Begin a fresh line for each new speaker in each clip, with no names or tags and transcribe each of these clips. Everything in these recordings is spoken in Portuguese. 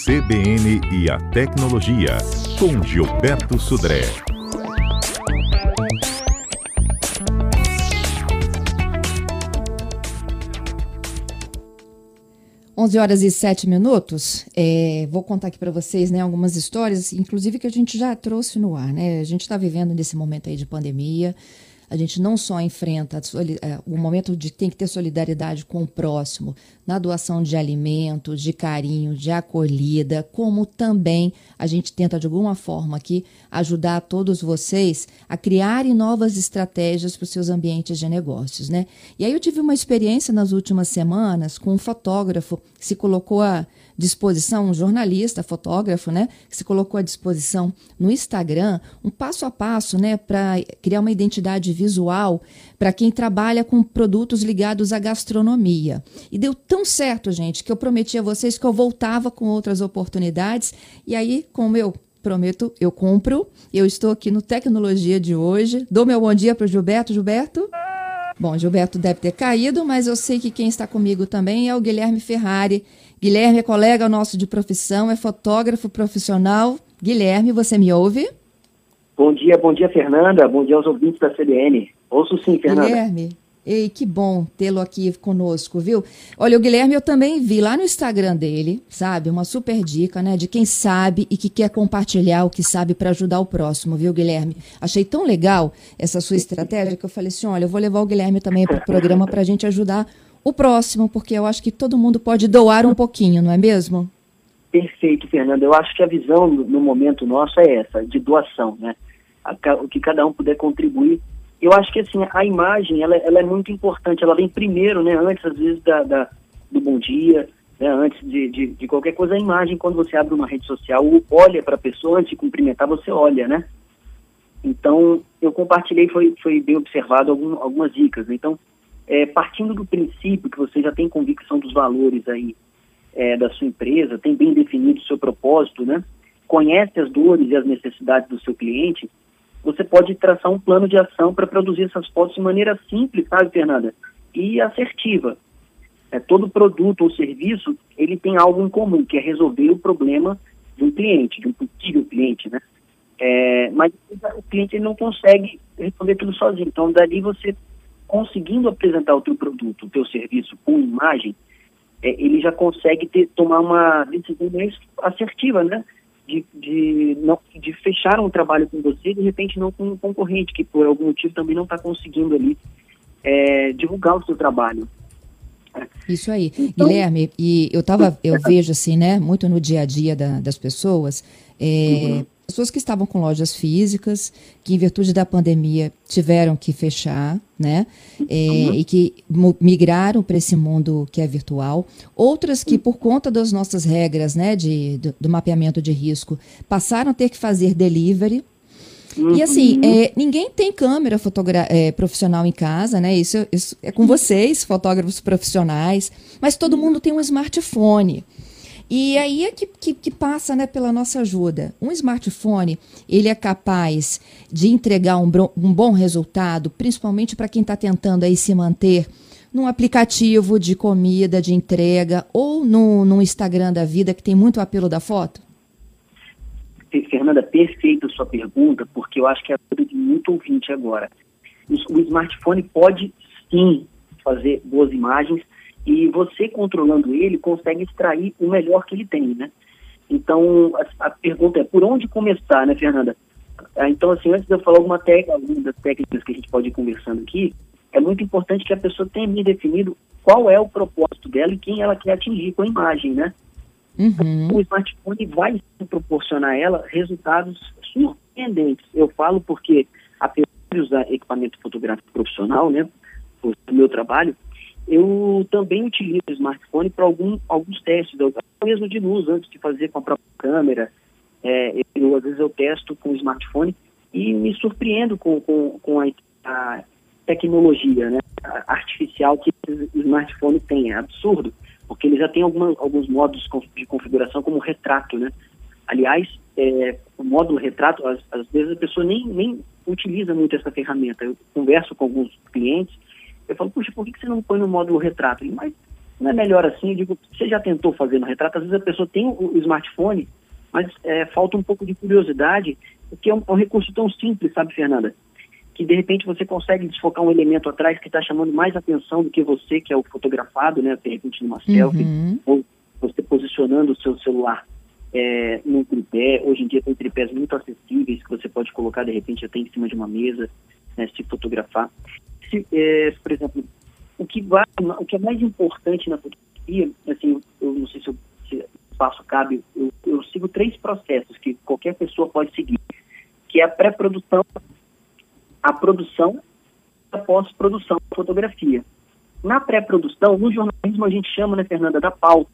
CBN e a Tecnologia, com Gilberto Sudré.
Onze horas e 7 minutos. Vou contar aqui para vocês, né, algumas histórias, inclusive que a gente já trouxe no ar, né? A gente está vivendo nesse momento aí de pandemia. A gente não só enfrenta o momento de tem que ter solidariedade com o próximo, na doação de alimentos, de carinho, de acolhida, como também a gente tenta de alguma forma aqui ajudar todos vocês a criarem novas estratégias para os seus ambientes de negócios, né? E aí eu tive uma experiência nas últimas semanas com um fotógrafo que se colocou à disposição, um jornalista, fotógrafo, né, que se colocou à disposição no Instagram, um passo a passo, né, para criar uma identidade visual para quem trabalha com produtos ligados à gastronomia. E deu tão certo, gente, que eu prometi a vocês que eu voltava com outras oportunidades, e aí, como eu prometo, eu cumpro. Eu estou aqui no Tecnologia de hoje. Dou meu bom dia para o Gilberto. Gilberto? Bom, Gilberto deve ter caído, mas eu sei que quem está comigo também é o Guilherme Ferrari. Guilherme é colega nosso de profissão, é fotógrafo profissional. Guilherme, você me ouve?
Bom dia, Fernanda. Bom dia aos ouvintes da CBN. Ouço sim, Fernanda.
Guilherme, ei, que bom tê-lo aqui conosco, viu? Olha, o Guilherme eu também vi lá no Instagram dele, sabe? Uma super dica, né? De quem sabe e que quer compartilhar o que sabe para ajudar o próximo, viu, Guilherme? Achei tão legal essa sua estratégia que eu falei assim, olha, eu vou levar o Guilherme também para o programa para a gente ajudar o próximo, porque eu acho que todo mundo pode doar um pouquinho, não é mesmo?
Perfeito, Fernanda. Eu acho que a visão no momento nosso é essa, de doação, né? O que cada um puder contribuir. Eu acho que assim, a imagem, ela é muito importante, ela vem primeiro, né? Antes, às vezes, do bom dia, né? Antes de qualquer coisa, a imagem, quando você abre uma rede social, olha para a pessoa, antes de cumprimentar, você olha, né? Então, eu compartilhei, foi bem observado algumas dicas, né? Então, partindo do princípio que você já tem convicção dos valores aí da sua empresa, tem bem definido o seu propósito, né? Conhece as dores e as necessidades do seu cliente, você pode traçar um plano de ação para produzir essas fotos de maneira simples, sabe, Fernanda? E assertiva. Todo produto ou serviço, ele tem algo em comum, que é resolver o problema de um cliente, de um possível cliente, né? Mas o cliente ele não consegue resolver tudo sozinho. Então, dali você conseguindo apresentar o teu produto, o teu serviço com imagem, ele já consegue tomar uma decisão mais assertiva, né? De fechar um trabalho com você e de repente não com um concorrente, que por algum motivo também não está conseguindo ali divulgar o seu trabalho.
Isso aí. Então, Guilherme, e eu vejo assim, né, muito no dia a dia das pessoas, pessoas que estavam com lojas físicas, que em virtude da pandemia tiveram que fechar, né, e que migraram para esse mundo que é virtual. Outras que, por conta das nossas regras, né, do mapeamento de risco, passaram a ter que fazer delivery. E assim, ninguém tem câmera profissional em casa, né? Isso é com vocês, fotógrafos profissionais, mas todo mundo tem um smartphone. E aí é que passa, né, pela nossa ajuda. Um smartphone, ele é capaz de entregar um bom resultado, principalmente para quem está tentando aí se manter num aplicativo de comida, de entrega, ou no Instagram da vida, que tem muito apelo da foto?
Fernanda, perfeita a sua pergunta, porque eu acho que é a dúvida de muito ouvinte agora. O smartphone pode, sim, fazer boas imagens, e você controlando ele consegue extrair o melhor que ele tem, né? Então, a pergunta é, por onde começar, né, Fernanda? Então, assim, antes de eu falar alguma das técnicas que a gente pode ir conversando aqui, é muito importante que a pessoa tenha bem definido qual é o propósito dela e quem ela quer atingir com a imagem, né? O smartphone vai proporcionar a ela resultados surpreendentes. Eu falo porque, apesar de usar equipamento fotográfico profissional, né, por meu trabalho, eu também utilizo o smartphone para alguns testes, mesmo de luz, antes de fazer com a própria câmera. Às vezes eu testo com o smartphone e me surpreendo com a tecnologia, né, artificial que o smartphone tem. É absurdo, porque ele já tem alguns modos de configuração como retrato, né? Aliás, o módulo retrato, às vezes a pessoa nem utiliza muito essa ferramenta. Eu converso com alguns clientes, eu falo, puxa, por que você não põe no módulo retrato? Mas não é melhor assim? Eu digo, você já tentou fazer no retrato? Às vezes a pessoa tem o smartphone, mas falta um pouco de curiosidade, porque é um recurso tão simples, sabe, Fernanda? Que de repente você consegue desfocar um elemento atrás que está chamando mais atenção do que você, que é o fotografado, né? De repente numa selfie, ou você posicionando o seu celular num tripé. Hoje em dia tem tripés muito acessíveis que você pode colocar de repente até em cima de uma mesa, né, se fotografar. Por exemplo, o que é mais importante na fotografia, assim, eu não sei se o espaço cabe, eu sigo 3 processos que qualquer pessoa pode seguir, que é a pré-produção, a produção e a pós-produção da fotografia. Na pré-produção, no jornalismo a gente chama, né, Fernanda, da pauta.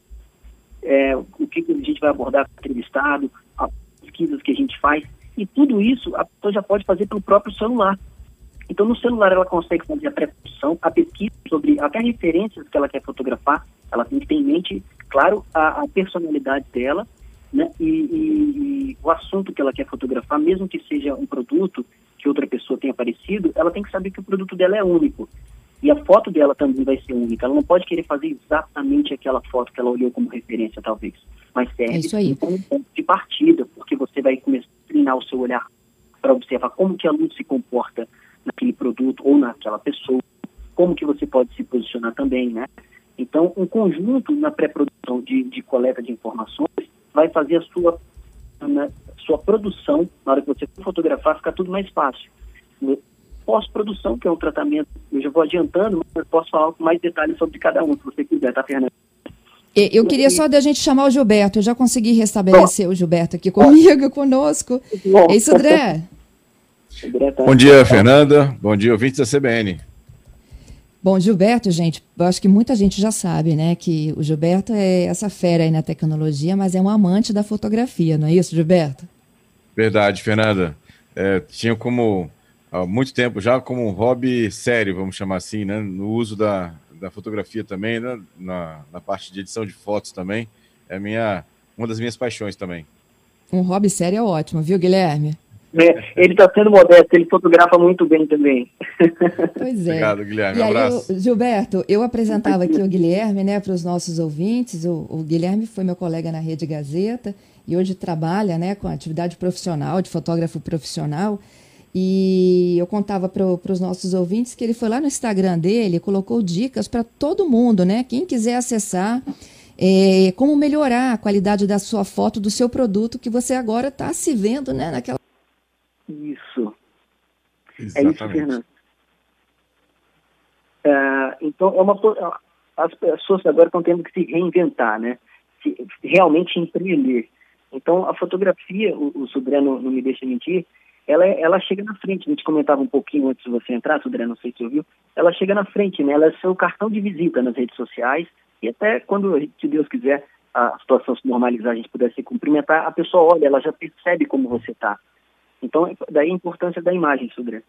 O que a gente vai abordar com o entrevistado, as pesquisas que a gente faz, e tudo isso a pessoa já pode fazer pelo próprio celular. Então, no celular ela consegue fazer a pré-produção, a pesquisa sobre até referências que ela quer fotografar, ela tem que ter em mente, claro, a personalidade dela, né, e o assunto que ela quer fotografar, mesmo que seja um produto que outra pessoa tenha aparecido, ela tem que saber que o produto dela é único. E a foto dela também vai ser única. Ela não pode querer fazer exatamente aquela foto que ela olhou como referência, talvez. Mas serve como um ponto de partida, porque você vai começar a treinar o seu olhar para observar como que a luz se comporta naquele produto ou naquela pessoa, como que você pode se posicionar também, né? Então, um conjunto na pré-produção de coleta de informações vai fazer a sua produção, na hora que você for fotografar, ficar tudo mais fácil. Pós-produção, que é um tratamento, eu já vou adiantando, mas eu posso falar com mais detalhes sobre cada um, se você quiser, tá, Fernanda?
Eu queria só da gente chamar o Gilberto, eu já consegui restabelecer o Gilberto aqui conosco. É isso, André?
Bom dia, Fernanda. Bom dia, ouvintes da CBN.
Bom, Gilberto, gente, eu acho que muita gente já sabe, né, que o Gilberto é essa fera aí na tecnologia, mas é um amante da fotografia, não é isso, Gilberto?
Verdade, Fernanda. Tinha há muito tempo já como um hobby sério, vamos chamar assim, né, no uso da fotografia também, né, na parte de edição de fotos também. É uma das minhas paixões também.
Um hobby sério é ótimo, viu, Guilherme?
Ele está sendo modesto, ele fotografa muito bem também.
Pois é.
Obrigado, Guilherme.
E
um
aí,
abraço.
Gilberto, eu apresentava aqui o Guilherme, né, para os nossos ouvintes. O Guilherme foi meu colega na Rede Gazeta e hoje trabalha, né, com atividade profissional, de fotógrafo profissional. E eu contava para os nossos ouvintes que ele foi lá no Instagram dele, colocou dicas para todo mundo, né? Quem quiser acessar, como melhorar a qualidade da sua foto, do seu produto, que você agora está se vendo, né, naquela...
Isso.
Exatamente.
É isso, Fernando. Então, as pessoas agora estão tendo que se reinventar, né? Realmente empreender. Então, a fotografia, o Sudré não me deixa mentir, ela chega na frente. A gente comentava um pouquinho antes de você entrar, Sudré, não sei se ouviu. Ela chega na frente, né? Ela é seu cartão de visita nas redes sociais e até quando, se Deus quiser, a situação se normalizar, a gente puder se cumprimentar, a pessoa olha, ela já percebe como você está. Então, daí a importância da imagem, Sudré.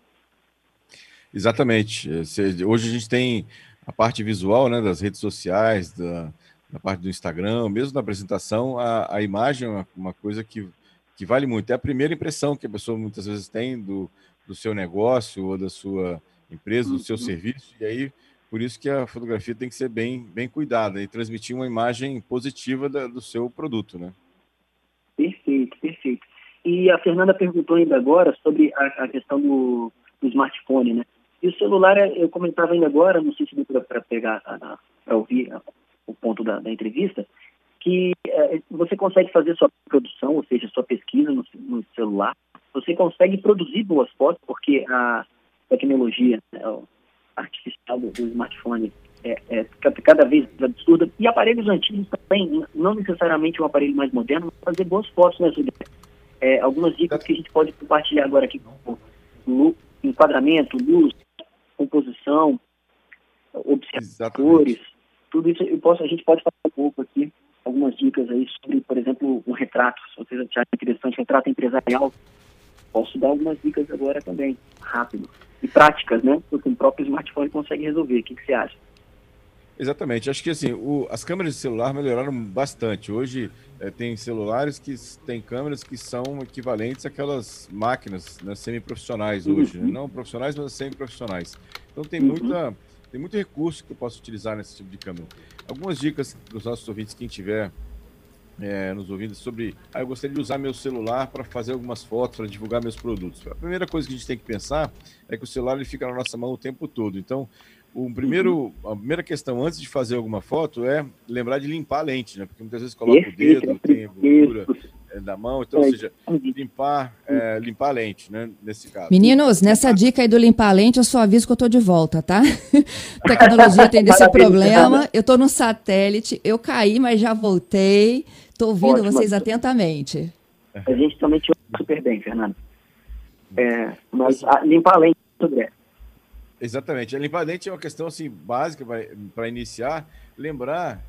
Exatamente. Hoje a gente tem a parte visual, né, das redes sociais, da parte do Instagram, mesmo na apresentação, a imagem é uma coisa que vale muito. É a primeira impressão que a pessoa muitas vezes tem do seu negócio ou da sua empresa, do seu serviço, e aí por isso que a fotografia tem que ser bem cuidada e transmitir uma imagem positiva do seu produto, né?
Perfeito, perfeito. E a Fernanda perguntou ainda agora sobre a questão do smartphone, né? E o celular, eu comentava ainda agora, não sei se deu para pegar, para ouvir o ponto da entrevista, que você consegue fazer sua produção, ou seja, sua pesquisa no celular, você consegue produzir boas fotos, porque a tecnologia artificial do smartphone é cada vez mais absurda, e aparelhos antigos também, não necessariamente um aparelho mais moderno, mas fazer boas fotos, né, Juliana? Algumas dicas que a gente pode compartilhar agora aqui, como enquadramento, luz, composição, observadores, tudo isso a gente pode falar um pouco aqui, algumas dicas aí sobre, por exemplo, um retrato, se vocês acharem interessante, retrato empresarial, posso dar algumas dicas agora também, rápido, e práticas, né, porque o próprio smartphone consegue resolver. O que você acha?
Exatamente. Acho que assim, as câmeras de celular melhoraram bastante. Hoje tem celulares que têm câmeras que são equivalentes àquelas máquinas, né, semi-profissionais hoje. Né? Não profissionais, mas semi-profissionais. Então tem muita Tem muito recurso que eu posso utilizar nesse tipo de câmera. Algumas dicas para os nossos ouvintes, quem tiver nos ouvindo, sobre eu gostaria de usar meu celular para fazer algumas fotos, para divulgar meus produtos. A primeira coisa que a gente tem que pensar é que o celular ele fica na nossa mão o tempo todo. Então, a primeira questão antes de fazer alguma foto é lembrar de limpar a lente, né? Porque muitas vezes coloca o dedo, tem gordura da mão, então, ou seja, limpar a lente, né? Nesse caso.
Meninos, nessa dica aí do limpar a lente, eu só aviso que eu tô de volta, tá? Tecnologia tem desse problema. Eu tô no satélite, eu caí, mas já voltei. Tô ouvindo vocês atentamente.
A gente também te ouve super bem, Fernando. Mas limpar a lente, André.
Exatamente. A limpar a lente é uma questão assim, básica para iniciar. Lembrar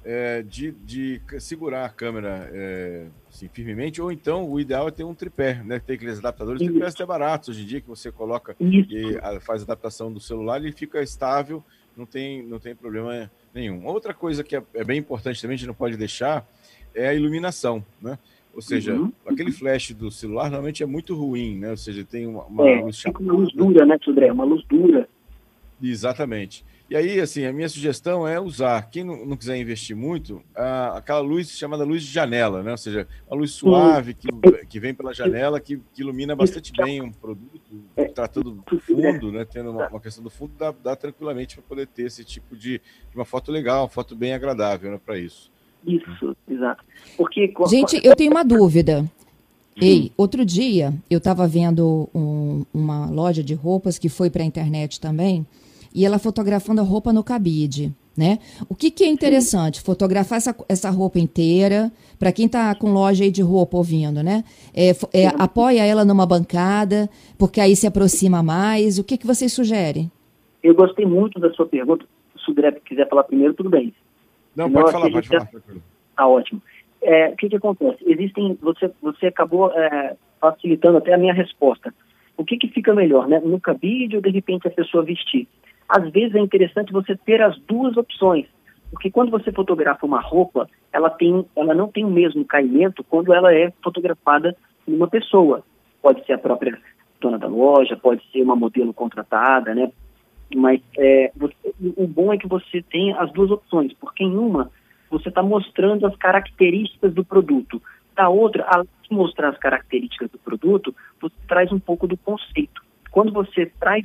de segurar a câmera assim, firmemente, ou então o ideal é ter um tripé, né? Tem aqueles adaptadores, tripés até baratos hoje em dia, que você coloca e faz a adaptação do celular, ele fica estável, não tem problema nenhum. Outra coisa que é bem importante também, a gente não pode deixar, é a iluminação, né? Ou seja, aquele flash do celular normalmente é muito ruim, né? Ou seja, tem uma luz chapada.
Uma luz dura, né, Sudré? Uma luz dura.
Exatamente. E aí, assim, a minha sugestão é usar, quem não quiser investir muito, aquela luz chamada luz de janela, né? Ou seja, uma luz suave que vem pela janela, que ilumina bastante bem um produto, tratando do fundo, né? Tendo uma questão do fundo, dá tranquilamente para poder ter esse tipo de uma foto legal, uma foto bem agradável, né, para isso.
Isso, exato. Porque...
Gente, eu tenho uma dúvida. Ei, outro dia eu estava vendo uma loja de roupas que foi para a internet também, e ela fotografando a roupa no cabide, né? O que é interessante? Fotografar essa roupa inteira, para quem está com loja aí de roupa ouvindo, né? Apoia ela numa bancada, porque aí se aproxima mais. O que vocês sugerem?
Eu gostei muito da sua pergunta. Se o Sudré quiser falar primeiro, tudo bem.
Não, pode falar.
Tá ótimo. O que acontece? Você acabou facilitando até a minha resposta. O que fica melhor, né? No cabide ou, de repente, a pessoa vestir? Às vezes é interessante você ter as duas opções, porque quando você fotografa uma roupa, ela não tem o mesmo caimento quando ela é fotografada em uma pessoa. Pode ser a própria dona da loja, pode ser uma modelo contratada, né? Mas o bom é que você tem as duas opções, porque em uma você está mostrando as características do produto. Da outra, além de mostrar as características do produto, você traz um pouco do conceito. Quando você traz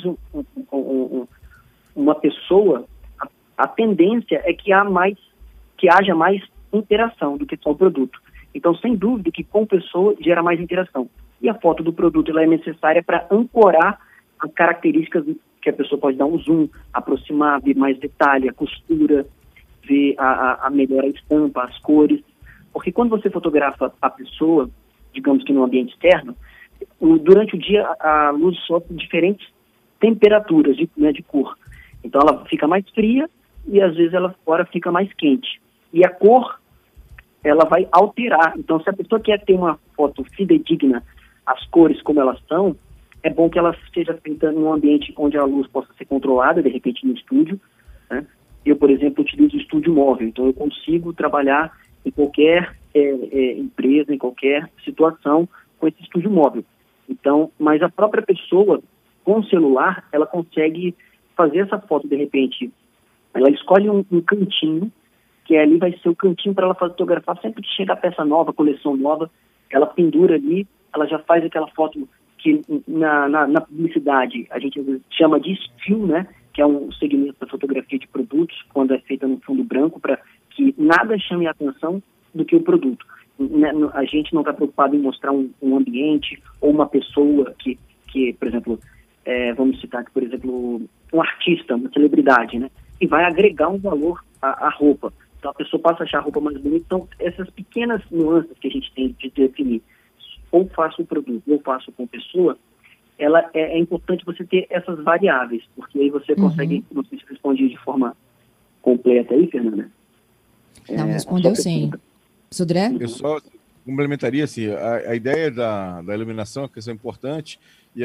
uma pessoa, a tendência é que haja mais interação do que só o produto. Então, sem dúvida que com pessoa gera mais interação. E a foto do produto ela é necessária para ancorar as características que a pessoa pode dar um zoom, aproximar, ver mais detalhe, a costura, ver melhor a estampa, as cores. Porque quando você fotografa a pessoa, digamos que no ambiente externo, durante o dia a luz sofre diferentes temperaturas de cor. Então ela fica mais fria e às vezes ela fora fica mais quente. E a cor, ela vai alterar. Então se a pessoa quer ter uma foto fidedigna, as cores como elas são, é bom que ela seja feita num ambiente onde a luz possa ser controlada, de repente no estúdio, né? Eu, por exemplo, utilizo o estúdio móvel, então eu consigo trabalhar em qualquer empresa, em qualquer situação com esse estúdio móvel. Então, mas a própria pessoa, com o celular, ela consegue fazer essa foto, de repente, ela escolhe um cantinho, que ali vai ser o cantinho para ela fotografar, sempre que chega a peça nova, coleção nova, ela pendura ali, ela já faz aquela foto que na publicidade a gente chama de still, né? Que é um segmento da fotografia de produtos, quando é feita no fundo branco, para que nada chame a atenção do que o produto. A gente não está preocupado em mostrar um ambiente ou uma pessoa que por exemplo, vamos citar aqui, por exemplo, um artista, uma celebridade, né? E vai agregar um valor à roupa. Então a pessoa passa a achar a roupa mais bonita. Então essas pequenas nuances que a gente tem de definir, ou faço o produto, ou faço com pessoa, ela é importante você ter essas variáveis, porque aí você consegue, não sei se responder de forma completa aí, Fernanda.
Não, respondeu sim. Sudré?
Eu só complementaria, assim, a ideia da iluminação é uma questão importante, e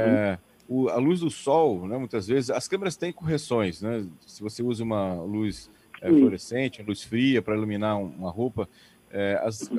a luz do sol, né, muitas vezes, as câmeras têm correções, né? Se você usa uma luz fluorescente, uma luz fria para iluminar uma roupa,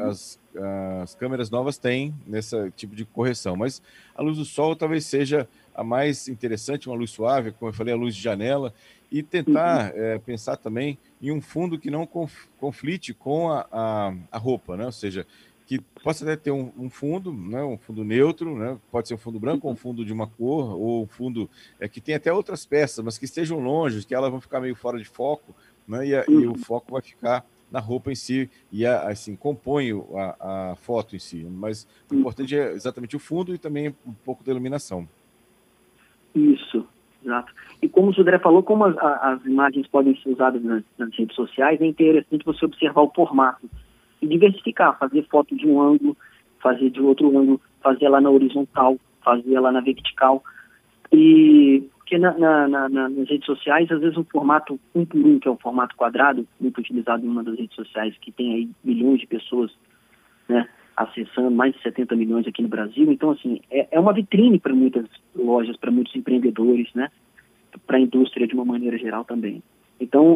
as câmeras novas têm nesse tipo de correção, mas a luz do sol talvez seja a mais interessante, uma luz suave, como eu falei, a luz de janela, e tentar pensar também em um fundo que não conflite com a roupa, né? Ou seja, que possa até ter um fundo, né? Um fundo neutro, né? Pode ser um fundo branco, ou um fundo de uma cor, ou um fundo que tem até outras peças, mas que estejam longe, que elas vão ficar meio fora de foco, né? E o foco vai ficar na roupa em si, e assim, compõe a foto em si. Mas o importante é exatamente o fundo e também um pouco da iluminação.
Isso, exato. E como o Sodré falou, como as imagens podem ser usadas nas redes sociais, é interessante você observar o formato e diversificar, fazer foto de um ângulo, fazer de outro ângulo, fazer ela na horizontal, fazer ela na vertical. E porque nas redes sociais, às vezes o formato 1 por 1, que é o formato quadrado, muito utilizado em uma das redes sociais, que tem aí milhões de pessoas, né, acessando, mais de 70 milhões aqui no Brasil. Então, assim, é uma vitrine para muitas lojas, para muitos empreendedores, né, para a indústria de uma maneira geral também. Então,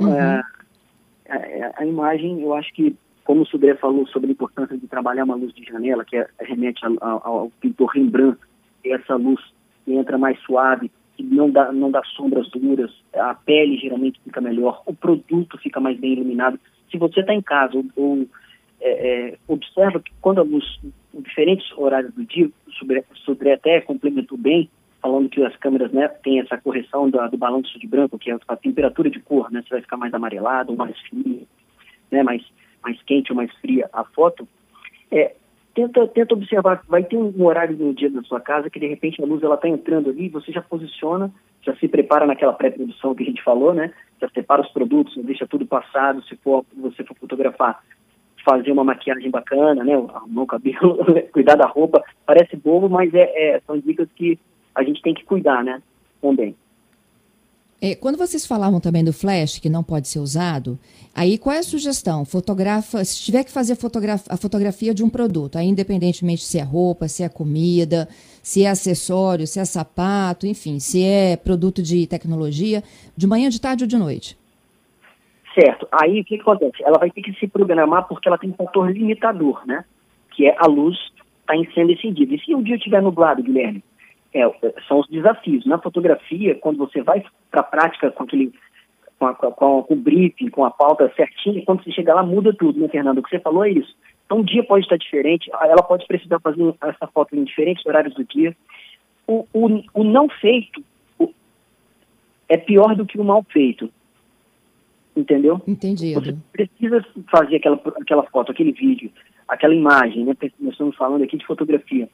a imagem, eu acho que, como o Sodré falou sobre a importância de trabalhar uma luz de janela, que remete ao pintor Rembrandt, essa luz que entra mais suave, que não dá sombras duras, a pele geralmente fica melhor, o produto fica mais bem iluminado. Se você está em casa observa que quando a luz, em diferentes horários do dia, o Sodré até complementou bem, falando que as câmeras, né, têm essa correção do balanço de branco, que é a temperatura de cor, né, você vai ficar mais amarelado ou mais frio, né, mais quente ou mais fria a foto. Tenta observar, vai ter um horário no dia da sua casa que de repente a luz ela está entrando ali, você já posiciona, já se prepara naquela pré-produção que a gente falou, né? Já separa os produtos, deixa tudo passado, se você for fotografar, fazer uma maquiagem bacana, né? Arrumar o cabelo, cuidar da roupa, parece bobo, mas são dicas que a gente tem que cuidar, né? Também.
Quando vocês falavam também do flash, que não pode ser usado, aí qual é a sugestão? Se tiver que fazer a fotografia de um produto, aí independentemente se é roupa, se é comida, se é acessório, se é sapato, enfim, se é produto de tecnologia, de manhã, de tarde ou de noite?
Certo. Aí o que acontece? Ela vai ter que se programar porque ela tem um fator limitador, né? Que é a luz está sendo decidida. E se o dia estiver nublado, Guilherme? São os desafios. Na fotografia, quando você vai para a prática com o briefing, com a pauta certinha, quando você chega lá, muda tudo, né, Fernando? O que você falou é isso. Então, o dia pode estar diferente, ela pode precisar fazer essa foto em diferentes horários do dia. O não feito é pior do que o mal feito. Entendeu?
Entendido.
Você precisa fazer aquela foto, aquele vídeo, aquela imagem, né? Nós estamos falando aqui de fotografia.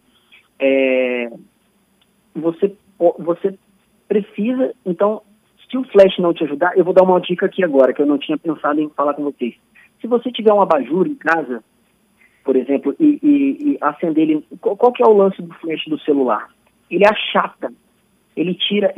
Você precisa, então, se o flash não te ajudar, eu vou dar uma dica aqui agora, que eu não tinha pensado em falar com vocês. Se você tiver um abajur em casa, por exemplo, e acender ele, qual que é o lance do flash do celular? Ele achata, ele tira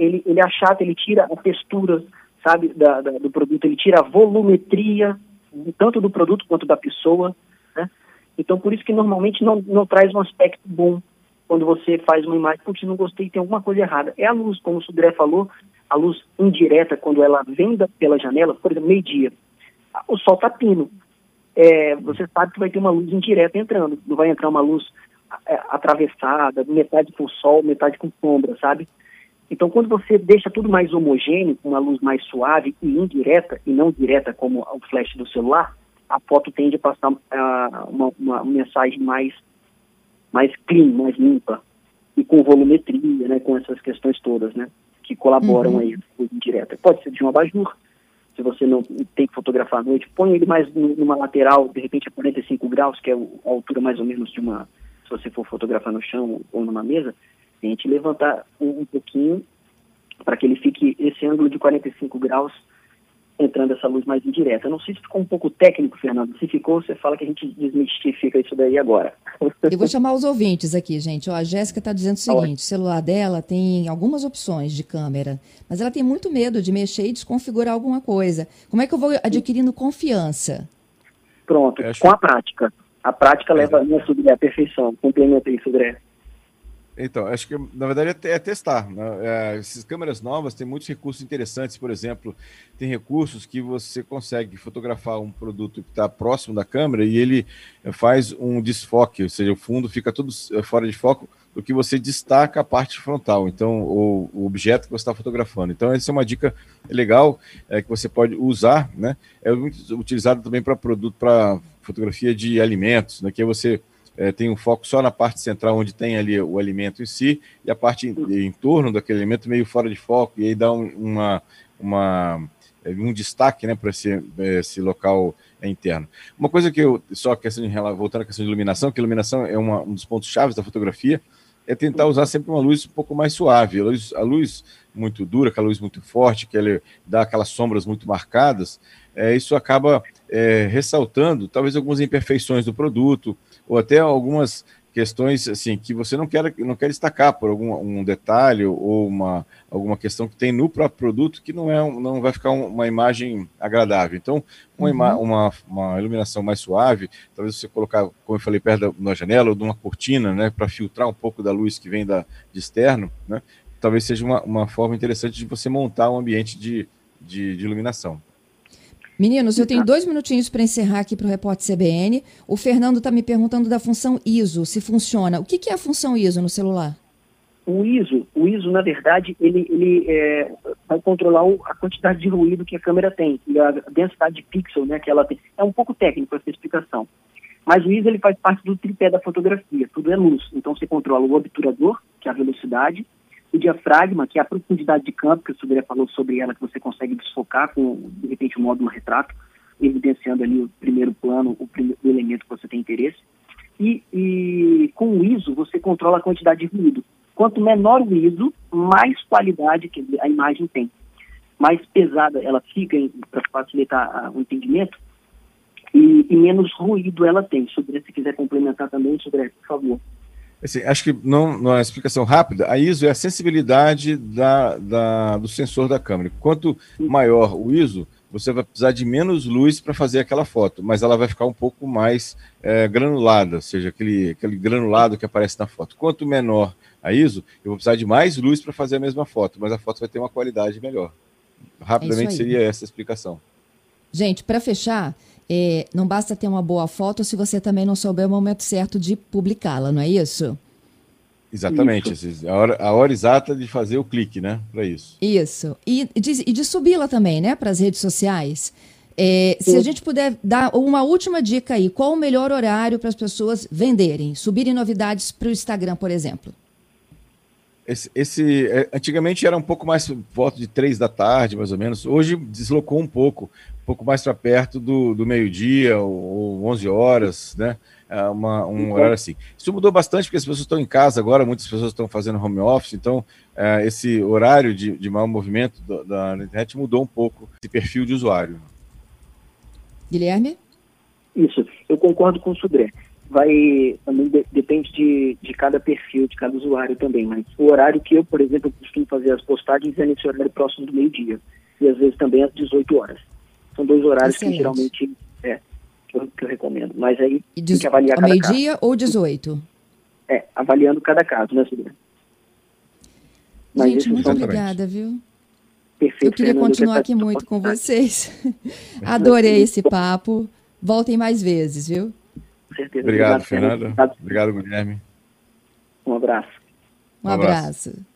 a textura, sabe, do produto, ele tira a volumetria, tanto do produto quanto da pessoa, né? Então, por isso que normalmente não traz um aspecto bom quando você faz uma imagem, porque não gostei, tem alguma coisa errada. É a luz, como o Sodré falou, a luz indireta, quando ela vem pela janela, por exemplo, meio-dia, o sol está pino. Você sabe que vai ter uma luz indireta entrando, não vai entrar uma luz atravessada, metade com sol, metade com sombra, sabe? Então, quando você deixa tudo mais homogêneo, com uma luz mais suave e indireta, e não direta como o flash do celular, a foto tende a passar uma mensagem mais clean, mais limpa, e com volumetria, né, com essas questões todas, né, que colaboram aí com a luz indireta. Pode ser de um abajur, se você não tem que fotografar à noite, põe ele mais numa lateral, de repente a 45 graus, que é a altura mais ou menos se você for fotografar no chão ou numa mesa, tente levantar um pouquinho para que ele fique esse ângulo de 45 graus entrando essa luz mais indireta. Não sei se ficou um pouco técnico, Fernando. Se ficou, você fala que a gente desmistifica isso daí agora.
Eu vou chamar os ouvintes aqui, gente. A Jéssica está dizendo o seguinte, o celular dela tem algumas opções de câmera, mas ela tem muito medo de mexer e desconfigurar alguma coisa. Como é que eu vou adquirindo confiança?
Pronto, com a prática. A prática leva a perfeição. Complementa isso, Sodré.
Então, acho que, na verdade, é testar, né? Essas câmeras novas têm muitos recursos interessantes. Por exemplo, tem recursos que você consegue fotografar um produto que está próximo da câmera e ele faz um desfoque, ou seja, o fundo fica todo fora de foco, do que você destaca a parte frontal, então o objeto que você está fotografando. Então essa é uma dica legal que você pode usar, né? É muito utilizado também para fotografia de alimentos, né? Que você tem um foco só na parte central, onde tem ali o alimento em si, e a parte em torno daquele alimento meio fora de foco, e aí dá um destaque, né, para esse local interno. Uma coisa que voltando à questão de iluminação, que a iluminação é um dos pontos chaves da fotografia, é tentar usar sempre uma luz um pouco mais suave. A luz muito dura, aquela luz muito forte, que ela dá aquelas sombras muito marcadas, isso acaba ressaltando talvez algumas imperfeições do produto, ou até algumas questões assim que você não quer destacar por um detalhe ou alguma questão que tem no próprio produto que não vai ficar uma imagem agradável. Então, uma iluminação mais suave, talvez você colocar, como eu falei, perto da janela ou de uma cortina, né, para filtrar um pouco da luz que vem de externo, né, talvez seja uma forma interessante de você montar um ambiente de iluminação.
Meninos, eu tenho 2 minutinhos para encerrar aqui para o Repórter CBN. O Fernando está me perguntando da função ISO, se funciona. O que é a função ISO no celular?
O ISO, na verdade, ele vai controlar a quantidade de ruído que a câmera tem e a densidade de pixel, né, que ela tem. É um pouco técnico essa explicação. Mas o ISO ele faz parte do tripé da fotografia, tudo é luz. Então você controla o obturador, que é a velocidade, o diafragma, que é a profundidade de campo, que o Sudré falou sobre ela, que você consegue desfocar com, de repente, o módulo retrato, evidenciando ali o primeiro plano, o elemento que você tem interesse. E com o ISO, você controla a quantidade de ruído. Quanto menor o ISO, mais qualidade que a imagem tem. Mais pesada ela fica, para facilitar o entendimento, e menos ruído ela tem. Sudré, se quiser complementar também, Sudré, por favor.
Assim, acho que numa explicação rápida, a ISO é a sensibilidade do sensor da câmera. Quanto maior o ISO, você vai precisar de menos luz para fazer aquela foto, mas ela vai ficar um pouco mais granulada, ou seja, aquele granulado que aparece na foto. Quanto menor a ISO, eu vou precisar de mais luz para fazer a mesma foto, mas a foto vai ter uma qualidade melhor. Rapidamente seria essa a explicação.
Gente, para fechar, não basta ter uma boa foto se você também não souber o momento certo de publicá-la, não é isso?
Exatamente, isso. A hora exata de fazer o clique, né, para isso.
Isso, e de subi-la também, né, para as redes sociais. Se a gente puder dar uma última dica aí, qual o melhor horário para as pessoas venderem, subirem novidades para o Instagram, por exemplo?
Antigamente era um pouco mais volta de 3 da tarde, mais ou menos. Hoje deslocou um pouco mais para perto do meio-dia ou 11 horas, né? Um horário assim. Isso mudou bastante porque as pessoas estão em casa agora, muitas pessoas estão fazendo home office, então esse horário de maior movimento da internet mudou um pouco esse perfil de usuário.
Guilherme?
Isso, eu concordo com o Sudré. Também depende de cada perfil, de cada usuário também, mas o horário que eu, por exemplo, costumo fazer as postagens é nesse horário próximo do meio-dia, e às vezes também às 18 horas. São 2 horários que geralmente que eu recomendo, mas aí tem que avaliar cada caso.
Meio-dia ou 18?
Avaliando cada caso, né, Sudré?
Gente, muito obrigada, viu?
Perfeito,
eu queria continuar aqui muito com vocês. Adorei esse papo. Voltem mais vezes, viu?
Com certeza.
Obrigado, Fernanda. Obrigado, Guilherme.
Um abraço.
Um abraço.